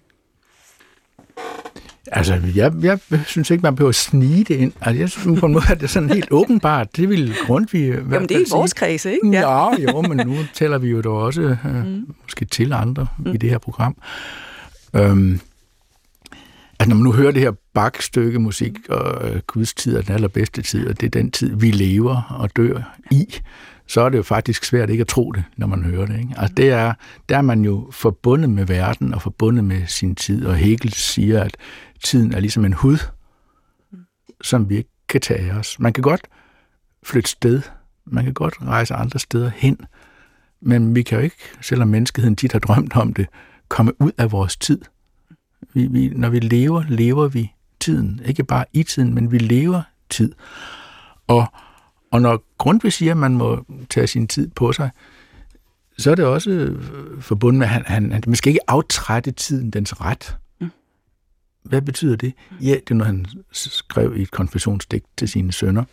Altså, jeg synes ikke, man behøver at snige det ind. Altså, jeg synes på en måde, at det er sådan helt åbenbart. Det vil Grundtvig Jamen, det er i vores kreds, ikke? Ja. Jo, men nu taler vi jo da også måske til andre i det her program. Altså, når man nu hører det her Bach-stykke musik, og Guds tid er den allerbedste tid, og det er den tid, vi lever og dør i, så er det jo faktisk svært ikke at tro det, når man hører det. Ikke? Altså, der er man jo forbundet med verden og forbundet med sin tid, og Hegel siger, at tiden er ligesom en hud, som vi ikke kan tage af os. Man kan godt flytte sted, man kan godt rejse andre steder hen, men vi kan jo ikke, selvom menneskeheden tit har drømt om det, komme ud af vores tid. Når vi lever vi tiden. Ikke bare i tiden, men vi lever tid. Og når Grundtvig siger, at man må tage sin tid på sig, så er det også forbundet med, at man skal ikke aftrætte tiden dens ret. Hvad betyder det? Ja, det er noget, han skrev i et konfessionsdigt til sine sønner.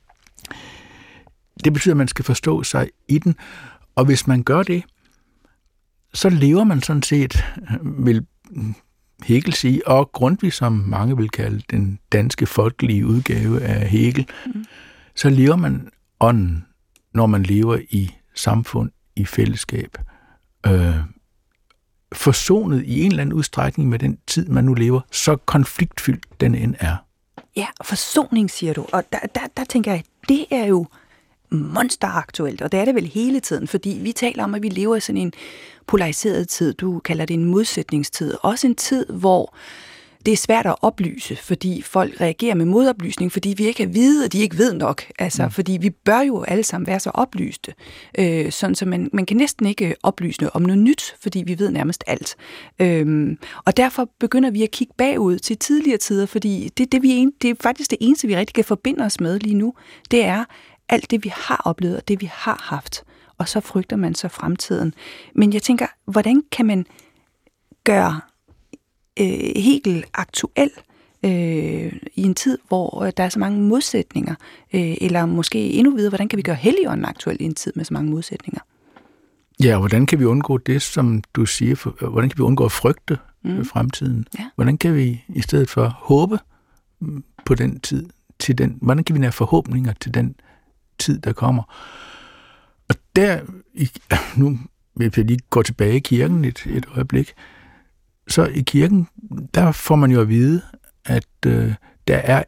Det betyder, at man skal forstå sig i den, og hvis man gør det, så lever man sådan set, vil Hegel sige, og Grundtvig, som mange vil kalde den danske folkelige udgave af Hegel, så lever man ånden, når man lever i samfund, i fællesskab, forsonet i en eller anden udstrækning med den tid, man nu lever, så konfliktfyldt den end er. Ja, forsoning, siger du, og der tænker jeg, det er jo monsteraktuelt, og det er det vel hele tiden, fordi vi taler om, at vi lever i sådan en polariseret tid. Du kalder det en modsætningstid. Også en tid, hvor det er svært at oplyse, fordi folk reagerer med modoplysning, fordi vi ikke kan vide, at de ikke ved nok. Altså, fordi vi bør jo alle sammen være så oplyste, sådan så man kan næsten ikke oplyse om noget nyt, fordi vi ved nærmest alt. Og derfor begynder vi at kigge bagud til tidligere tider, fordi det er faktisk det eneste, vi rigtig kan forbinde os med lige nu. Det er alt det, vi har oplevet, og det, vi har haft. Og så frygter man så fremtiden. Men jeg tænker, hvordan kan man gøre Hegel aktuel i en tid, hvor der er så mange modsætninger? Eller måske endnu videre, hvordan kan vi gøre Helligånden aktuel i en tid med så mange modsætninger? Ja, hvordan kan vi undgå det, som du siger? Hvordan kan vi undgå at frygte fremtiden? Ja. Hvordan kan vi i stedet for håbe på den tid, til den? Hvordan kan vi nære forhåbninger til den tid, der kommer? Og der, nu vil jeg lige gå tilbage i kirken et øjeblik, så i kirken, der får man jo at vide, at der er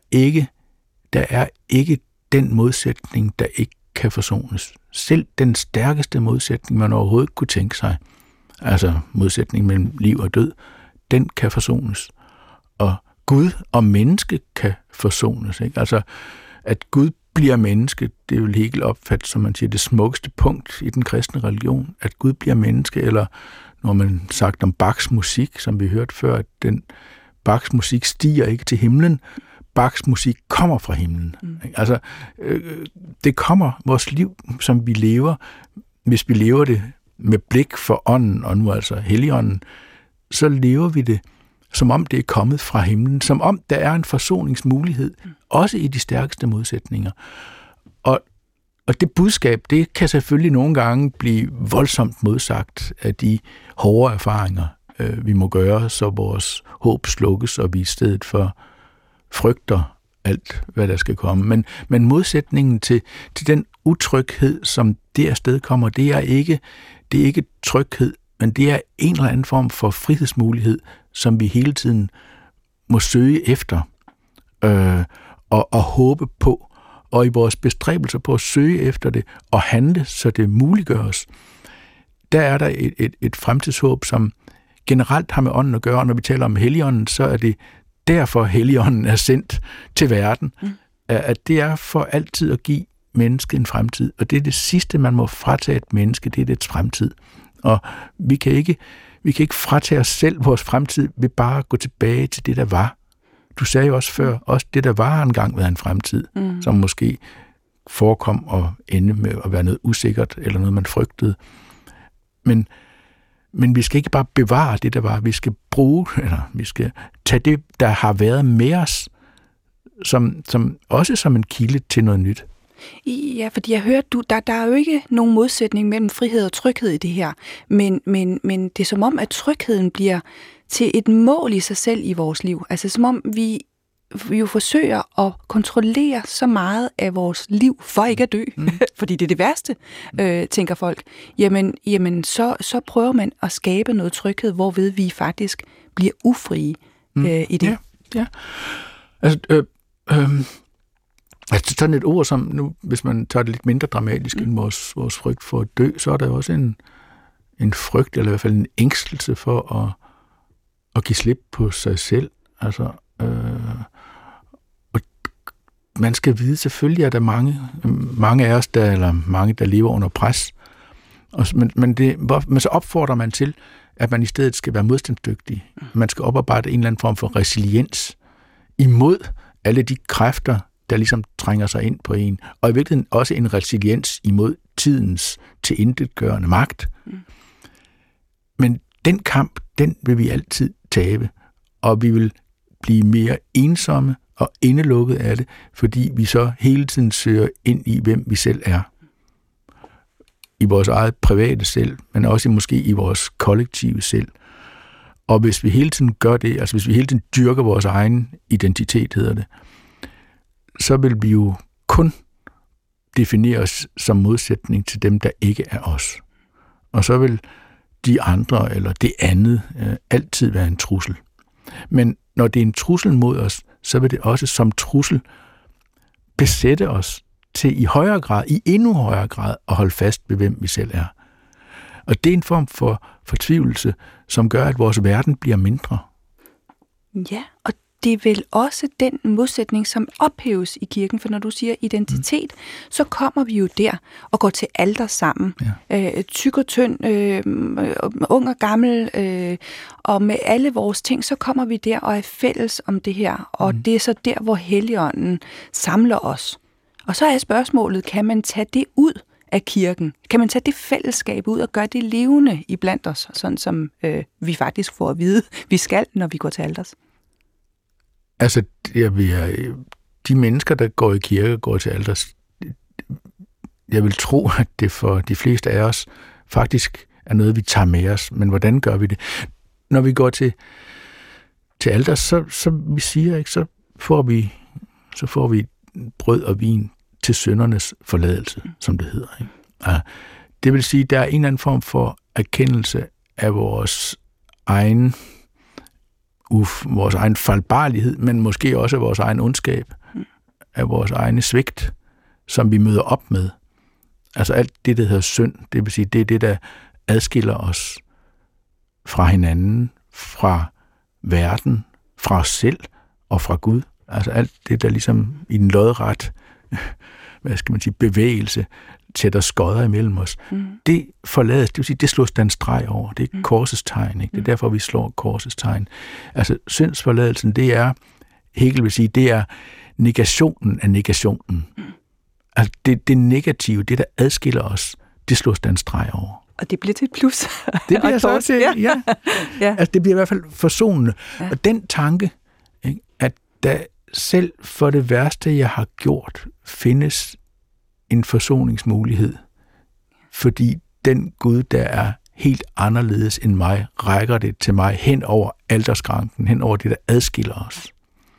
ikke den modsætning, der ikke kan forsones. Selv den stærkeste modsætning, man overhovedet kunne tænke sig, altså modsætning mellem liv og død, den kan forsones. Og Gud og menneske kan forsones. Ikke? Altså, at Gud bliver menneske, det vil Hegel opfatte, som man siger, det smukkeste punkt i den kristne religion, at Gud bliver menneske, eller når man sagt om Bachs musik, som vi hørte før, at den Bachs musik stiger ikke til himlen, Bachs musik kommer fra himlen. Altså, det kommer vores liv, som vi lever, hvis vi lever det med blik for ånden, og nu altså Helligånden, så lever vi det, som om det er kommet fra himlen, som om der er en forsoningsmulighed, også i de stærkeste modsætninger. Og det budskab, det kan selvfølgelig nogle gange blive voldsomt modsagt af de hårde erfaringer, vi må gøre, så vores håb slukkes, og vi i stedet for frygter alt, hvad der skal komme. Men modsætningen til den utryghed, som det afsted kommer, det er ikke tryghed, men det er en eller anden form for frihedsmulighed, som vi hele tiden må søge efter og håbe på, og i vores bestræbelser på at søge efter det og handle, så det muliggøres, der er der et fremtidshåb, som generelt har med ånden at gøre, og når vi taler om Helligånden, så er det derfor Helligånden er sendt til verden, at det er for altid at give mennesket en fremtid, og det er det sidste, man må fratage et menneske, det er dets fremtid. Og vi kan ikke fratage os selv vores fremtid ved bare at gå tilbage til det, der var. Du sagde jo også før, også det, der var engang været en fremtid, som måske forekom at ende med at være noget usikkert, eller noget, man frygtede. Men vi skal ikke bare bevare det, der var. Vi skal vi skal tage det, der har været med os, også som en kilde til noget nyt. Ja, fordi jeg hørte, der er jo ikke nogen modsætning mellem frihed og tryghed i det her, men det er som om, at trygheden bliver til et mål i sig selv i vores liv. Altså som om vi jo forsøger at kontrollere så meget af vores liv, for ikke at dø, fordi det er det værste, tænker folk. Jamen så prøver man at skabe noget tryghed, hvorved vi faktisk bliver ufrie i det. Ja. Altså sådan et ord som, nu, hvis man tager det lidt mindre dramatisk end vores frygt for at dø, så er der jo også en frygt, eller i hvert fald en ængstelse for at give slip på sig selv. Altså, og man skal vide, selvfølgelig er der mange af os, der lever under pres, men så opfordrer man til, at man i stedet skal være modstandsdygtig. Man skal oparbejde en eller anden form for resiliens imod alle de kræfter, der ligesom trænger sig ind på en. Og i virkeligheden også en resiliens imod tidens tilintetgørende magt. Men den kamp, den vil vi altid tabe. Og vi vil blive mere ensomme og indelukket af det, fordi vi så hele tiden søger ind i, hvem vi selv er. I vores eget private selv, men også måske i vores kollektive selv. Og hvis vi hele tiden gør det, altså hvis vi hele tiden dyrker vores egen identitet, hedder det, så vil vi jo kun definere os som modsætning til dem, der ikke er os. Og så vil de andre eller det andet altid være en trussel. Men når det er en trussel mod os, så vil det også som trussel besætte os til i endnu højere grad at holde fast ved, hvem vi selv er. Og det er en form for fortvivlelse, som gør, at vores verden bliver mindre. Ja, og det er vel også den modsætning, som ophæves i kirken, for når du siger identitet, så kommer vi jo der og går til alter sammen. Ja. Tyk og tynd, ung og gammel, og med alle vores ting, så kommer vi der og er fælles om det her, og det er så der, hvor Helligånden samler os. Og så er spørgsmålet, kan man tage det ud af kirken? Kan man tage det fællesskab ud og gøre det levende iblandt os, sådan som vi faktisk får at vide, vi skal, når vi går til alters? Altså, de mennesker, der går i kirke, går til alters. Jeg vil tro, at det for de fleste af os faktisk er noget, vi tager med os. Men hvordan gør vi det? Når vi går til alters, så vi siger, ikke, så får vi brød og vin til syndernes forladelse, som det hedder. Ikke? Ja, det vil sige, der er en eller anden form for erkendelse af vores egen fejlbarlighed, men måske også af vores egen ondskab, af vores egne svigt, som vi møder op med. Altså alt det, der hedder synd, det vil sige, det er det, der adskiller os fra hinanden, fra verden, fra os selv og fra Gud. Altså alt det, der ligesom i en lodret, bevægelse sætter skodder imellem os. Det forlades, det vil sige, det slås der en streg over. Det er korsets tegn, ikke? Det er derfor, vi slår korsets tegn. Altså, syndsforladelsen, det er, Hegel vil sige, det er negationen af negationen. Altså, det negative, det der adskiller os, det slås der en streg over. Og det bliver til et plus. Det bliver så til, ja. Altså, det bliver i hvert fald forsonende. Ja. Og den tanke, ikke, at der selv for det værste, jeg har gjort, findes en forsoningsmulighed. Fordi den Gud, der er helt anderledes end mig, rækker det til mig hen over aldersgrænsen, hen over det, der adskiller os.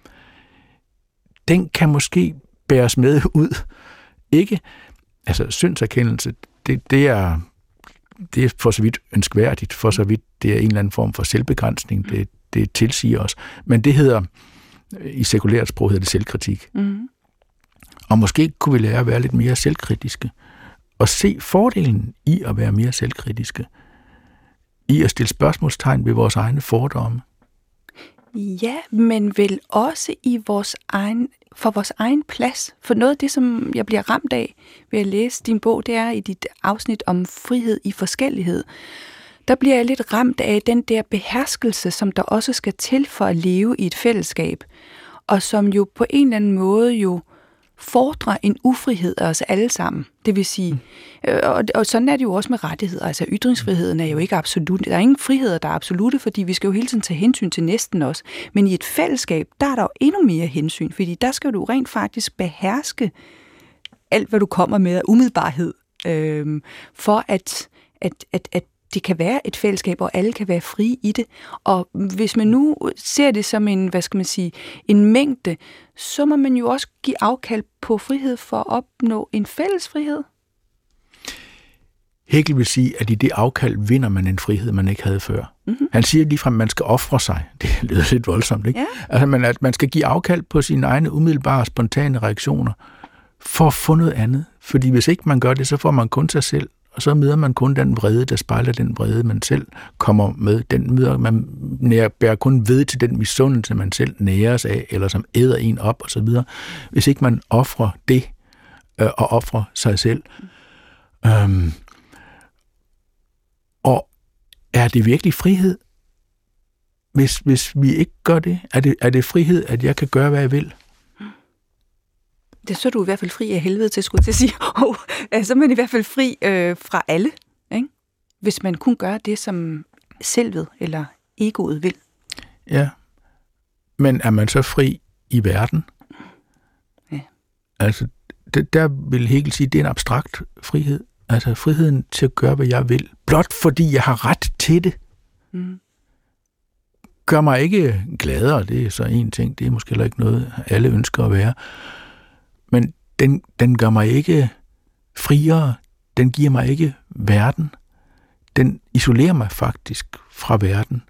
Den kan måske bæres med ud. Ikke, altså syndserkendelse, det er for så vidt ønskværdigt, for så vidt det er en eller anden form for selvbegrænsning, det tilsiger os. Men det hedder, i sekulært sprog hedder det selvkritik. Mm. Og måske kunne vi lære at være lidt mere selvkritiske, og se fordelen i at være mere selvkritiske, i at stille spørgsmålstegn ved vores egne fordomme. Ja, men vel også i for vores egen plads. For noget af det, som jeg bliver ramt af ved at læse din bog, det er i dit afsnit om frihed i forskellighed. Der bliver jeg lidt ramt af den der beherskelse, som der også skal til for at leve i et fællesskab, og som jo på en eller anden måde jo fordrer en ufrihed af os alle sammen. Det vil sige, og sådan er det jo også med rettigheder. Altså ytringsfriheden er jo ikke absolut. Der er ingen friheder, der er absolutte, fordi vi skal jo hele tiden tage hensyn til næsten os. Men i et fællesskab, der er der jo endnu mere hensyn, fordi der skal du rent faktisk beherske alt, hvad du kommer med af umiddelbarhed, for at det kan være et fællesskab, og alle kan være frie i det. Og hvis man nu ser det som en mængde, så må man jo også give afkald på frihed for at opnå en fælles frihed. Hegel vil sige, at i det afkald vinder man en frihed, man ikke havde før. Mm-hmm. Han siger ligefrem, at man skal ofre sig. Det lyder lidt voldsomt, ikke? Ja. Altså, at man skal give afkald på sine egne umiddelbare, spontane reaktioner for at få noget andet. Fordi hvis ikke man gør det, så får man kun sig selv. Og så møder man kun den vrede, der spejler den vrede, man selv kommer med. Den møder man bærer kun ved til den misundelse, man selv næres af, eller som æder en op, og så videre. Hvis ikke man offrer det, og offrer sig selv. Og er det virkelig frihed? Hvis vi ikke gør det, er det frihed, at jeg kan gøre, hvad jeg vil? Det så er du i hvert fald fri af helvede til, skulle jeg sige. Så er man i hvert fald fri fra alle, ikke? Hvis man kun gør det, som selvet eller egoet vil. Ja, men er man så fri i verden? Ja. Altså, der vil Hegel sige, det er en abstrakt frihed. Altså friheden til at gøre, hvad jeg vil, blot fordi jeg har ret til det. Mm. Gør mig ikke gladere, det er så en ting, det er måske heller ikke noget, alle ønsker at være. Men den gør mig ikke friere, den giver mig ikke verden. Den isolerer mig faktisk fra verden.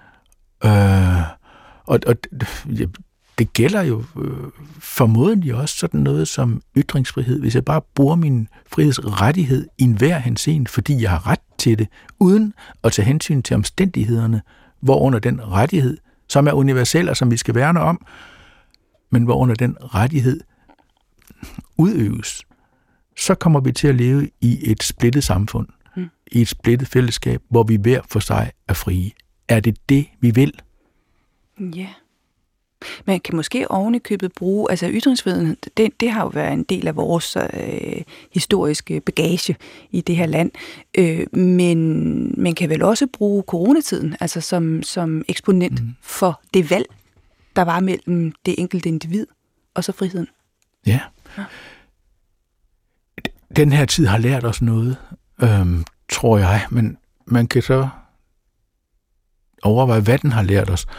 Og det gælder jo formodentlig også sådan noget som ytringsfrihed. Hvis jeg bare bruger min frihedsrettighed i enhver henseende, fordi jeg har ret til det, uden at tage hensyn til omstændighederne, hvorunder den rettighed, som er universel og som vi skal værne om, men hvorunder den rettighed udøves, så kommer vi til at leve i et splittet samfund, i et splittet fællesskab, hvor vi hver for sig er frie. Er det, vi vil? Ja. Man kan måske ovenikøbet bruge, altså ytringsfriheden, det har jo været en del af vores historiske bagage i det her land, men man kan vel også bruge coronatiden, altså som eksponent for det valg, der var mellem det enkelte individ og så friheden. Ja. Den her tid har lært os noget, tror jeg, men man kan så overveje, hvad den har lært os.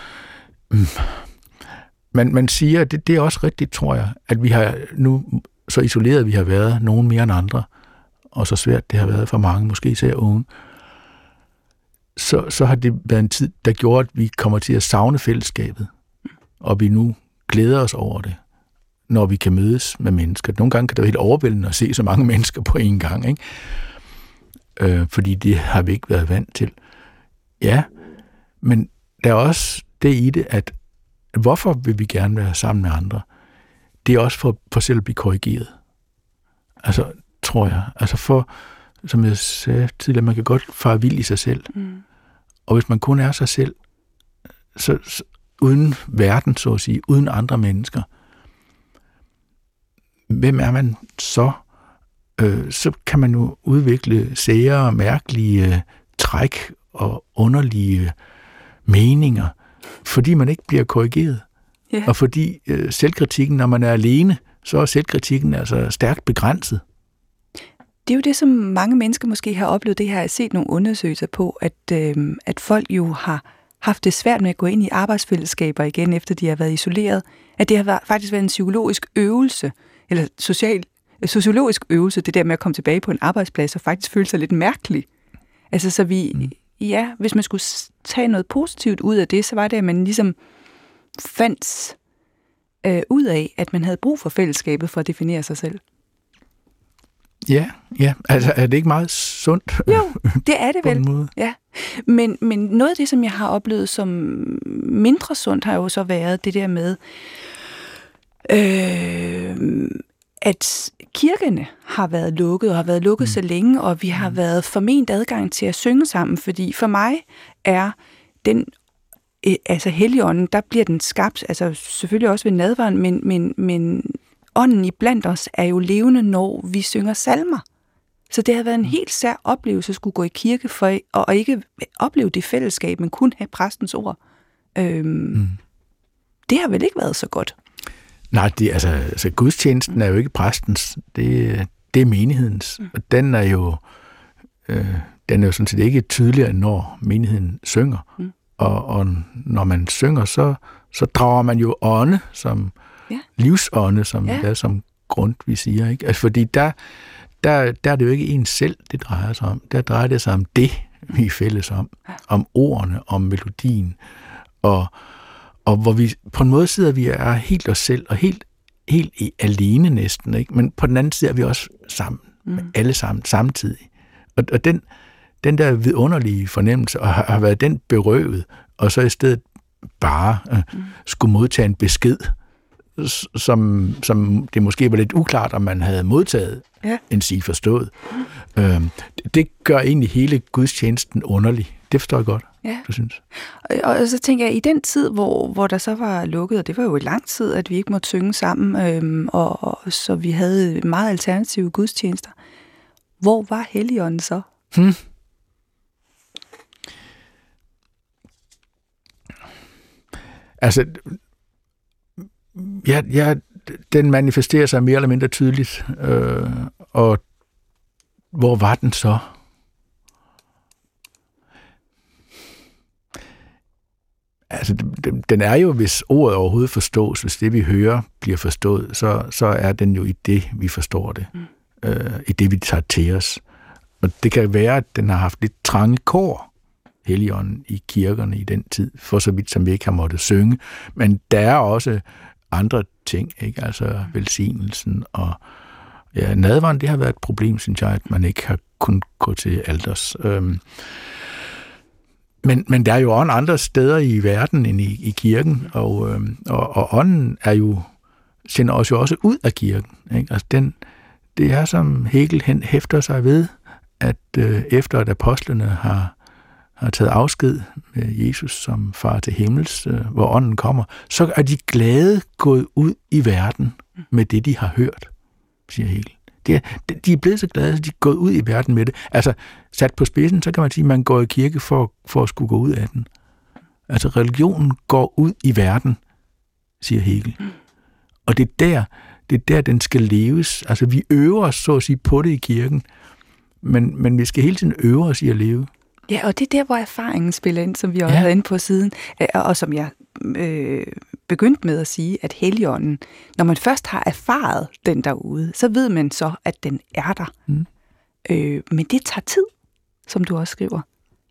Man siger, det er også rigtigt, tror jeg, at vi har nu så isoleret vi har været, nogen mere end andre, og så svært det har været for mange, måske især unge, så har det været en tid, der gjorde, at vi kommer til at savne fællesskabet, og vi nu glæder os over det, når vi kan mødes med mennesker. Nogle gange kan det være helt overvældende at se så mange mennesker på en gang, ikke? Fordi det har vi ikke været vant til. Ja, men der er også det i det, at hvorfor vil vi gerne være sammen med andre? Det er også for selv at blive korrigeret. Altså, tror jeg. Altså for, som jeg sagde tidligere, man kan godt fare vild i sig selv. Mm. Og hvis man kun er sig selv, så uden verden, så at sige, uden andre mennesker, hvem er man så? Så kan man jo udvikle sære, mærkelige træk og underlige meninger, fordi man ikke bliver korrigeret. Yeah. Og fordi selvkritikken, når man er alene, så er selvkritikken altså stærkt begrænset. Det er jo det, som mange mennesker måske har oplevet. Det her, jeg har set nogle undersøgelser på, at folk jo har haft det svært med at gå ind i arbejdsfællesskaber igen, efter de har været isoleret. At det har faktisk været en psykologisk øvelse, eller sociologisk øvelse, det der med at komme tilbage på en arbejdsplads og faktisk føle sig lidt mærkelig. Altså, så hvis man skulle tage noget positivt ud af det, så var det, at man ligesom fandt ud af, at man havde brug for fællesskabet for at definere sig selv. Ja. Altså, er det ikke meget sundt? Jo, det er det vel. Ja. Men noget af det, som jeg har oplevet som mindre sundt, har jo så været det der med, at kirkerne har været lukket, og har været lukket så længe, og vi har været forment adgang til at synge sammen, fordi for mig er den, altså Helligånden, der bliver den skabt, altså selvfølgelig også ved nadveren, men ånden i blandt os er jo levende, når vi synger salmer. Så det har været en helt sær oplevelse at skulle gå i kirke for, og ikke opleve det fællesskab, men kun have præstens ord. Det har vel ikke været så godt? Nej, altså gudstjenesten er jo ikke præstens, det er menighedens. Og den er jo sådan set ikke tydeligere, når menigheden synger. Og når man synger, så drager man jo ånde, som livsånde, som Grundtvig siger, ikke? Altså, fordi der er det jo ikke en selv, det drejer sig om. Der drejer det sig om det, vi er fælles om ordene, om melodien, og hvor vi på en måde sidder vi er helt os selv, og helt alene næsten, ikke? Men på den anden side er vi også sammen, alle sammen, samtidig. Og den der vidunderlige fornemmelse, og har været den berøvet, og så i stedet bare skulle modtage en besked, som det måske var lidt uklart, om man havde modtaget, end sige forstået. Det gør egentlig hele gudstjenesten underlig. Det forstår jeg godt, du synes. Og så tænker jeg, i den tid, hvor der så var lukket, og det var jo i lang tid, at vi ikke måtte synge sammen, og så vi havde meget alternative gudstjenester. Hvor var Helligånden så? Altså, den manifesterer sig mere eller mindre tydeligt, og hvor var den så? Altså, den er jo, hvis ordet overhovedet forstås, hvis det vi hører bliver forstået, så er den jo i det, vi forstår det, i det vi tager til os. Og det kan være, at den har haft lidt trange kår, Helligånden, i kirkerne i den tid, for så vidt som vi ikke har måttet synge, men der er også andre ting, ikke? Altså velsignelsen og nadveren, det har været et problem, synes jeg, at man ikke har kunnet gå til alters. Men der er jo også andre steder i verden end i kirken, og ånden sender os jo også ud af kirken, ikke? Altså det er, som Hegel hæfter sig ved, at efter at apostlene har taget afsked med Jesus som far til himmels, hvor ånden kommer, så er de glade gået ud i verden med det, de har hørt, siger Hegel. De er blevet så glade, at de er gået ud i verden med det. Altså, sat på spidsen, så kan man sige, at man går i kirke for at skulle gå ud af den. Altså, religionen går ud i verden, siger Hegel. Og det er der, den skal leves. Altså, vi øver os, så at sige, på det i kirken, men vi skal hele tiden øve os i at leve. Ja, og det er der, hvor erfaringen spiller ind, som vi også havde inde på siden, og som jeg begyndte med at sige, at Helligånden, når man først har erfaret den derude, så ved man så, at den er der. Men det tager tid, som du også skriver.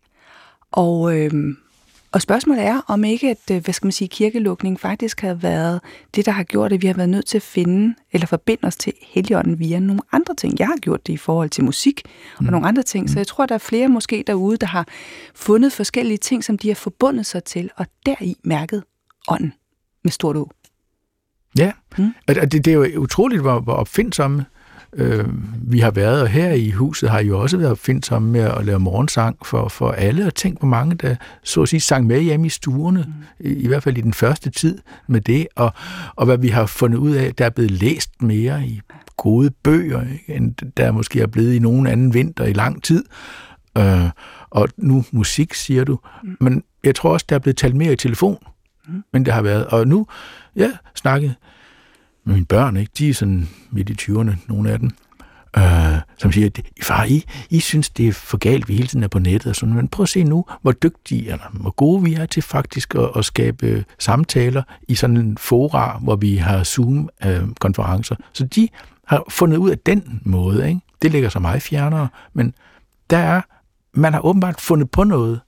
Og spørgsmålet er, om ikke, at kirkelukning faktisk har været det, der har gjort, at vi har været nødt til at finde eller forbinde os til Helligånden via nogle andre ting. Jeg har gjort det i forhold til musik og nogle andre ting, så jeg tror, der er flere måske derude, der har fundet forskellige ting, som de har forbundet sig til, og deri mærket ånden med stort O. Ja, det er jo utroligt, hvor opfindsomme vi har været, og her i huset har jo også været opfindsomme med at lave morgensang for alle, og tænk, hvor mange, der så at sige sang med hjemme i stuerne, i hvert fald i den første tid med det, og hvad vi har fundet ud af, der er blevet læst mere i gode bøger, ikke, end der måske er blevet i nogen anden vinter i lang tid. Og nu musik, siger du, men jeg tror også, der er blevet talt mere i telefon, end det har været. Og nu, snakket med mine børn, ikke? De er sådan midt i 20'erne, nogle af dem. som siger, far, I synes, det er for galt, vi hele tiden er på nettet, og sådan, men prøv at se nu, hvor dygtige, eller hvor gode vi er til faktisk at skabe samtaler i sådan en fora, hvor vi har Zoom-konferencer. Så de har fundet ud af den måde, ikke? Det ligger så meget fjernere, men man har åbenbart fundet på noget.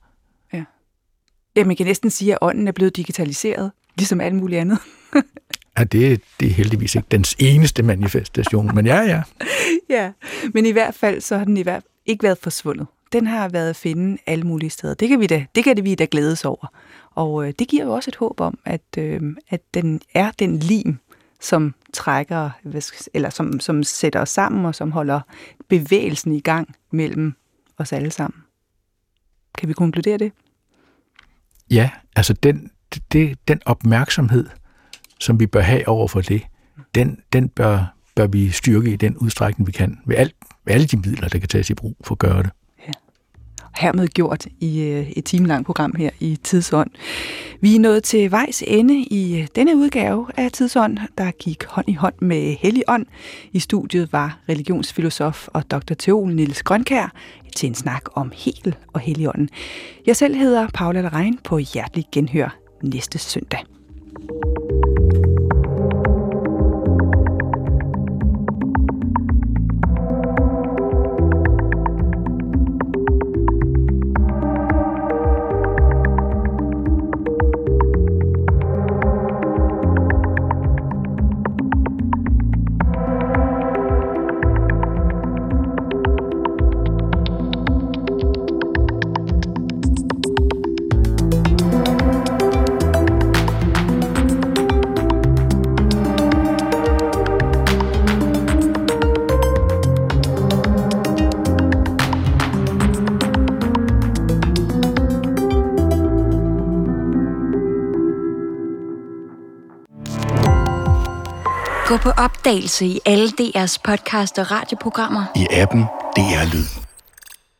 Ja, man kan næsten sige, at ånden er blevet digitaliseret, ligesom alt muligt andet. Ja, det er heldigvis ikke dens eneste manifestation, men ja. Ja, men i hvert fald så har den ikke været forsvundet. Den har været at finde alle mulige steder. Det kan vi da glædes over. Og det giver jo også et håb om, at den er den lim, som trækker, eller som sætter os sammen, og som holder bevægelsen i gang mellem os alle sammen. Kan vi konkludere det? Ja, altså den opmærksomhed, som vi bør have over for det, den bør vi styrke i den udstrækning, vi kan, ved alle de midler, der kan tages i brug for at gøre det. Ja. Hermed gjort i et timelangt program her i Tidsånd. Vi er nået til vejs ende i denne udgave af Tidsånd, der gik hånd i hånd med Helligånd. I studiet var religionsfilosof og dr. teol Niels Grønkjær til en snak om Hegel og Helligånden. Jeg selv hedder Paula Larrain, på hjertelig genhør næste søndag. Gå på opdagelse i alle DR's podcast og radioprogrammer. I appen DR Lyd.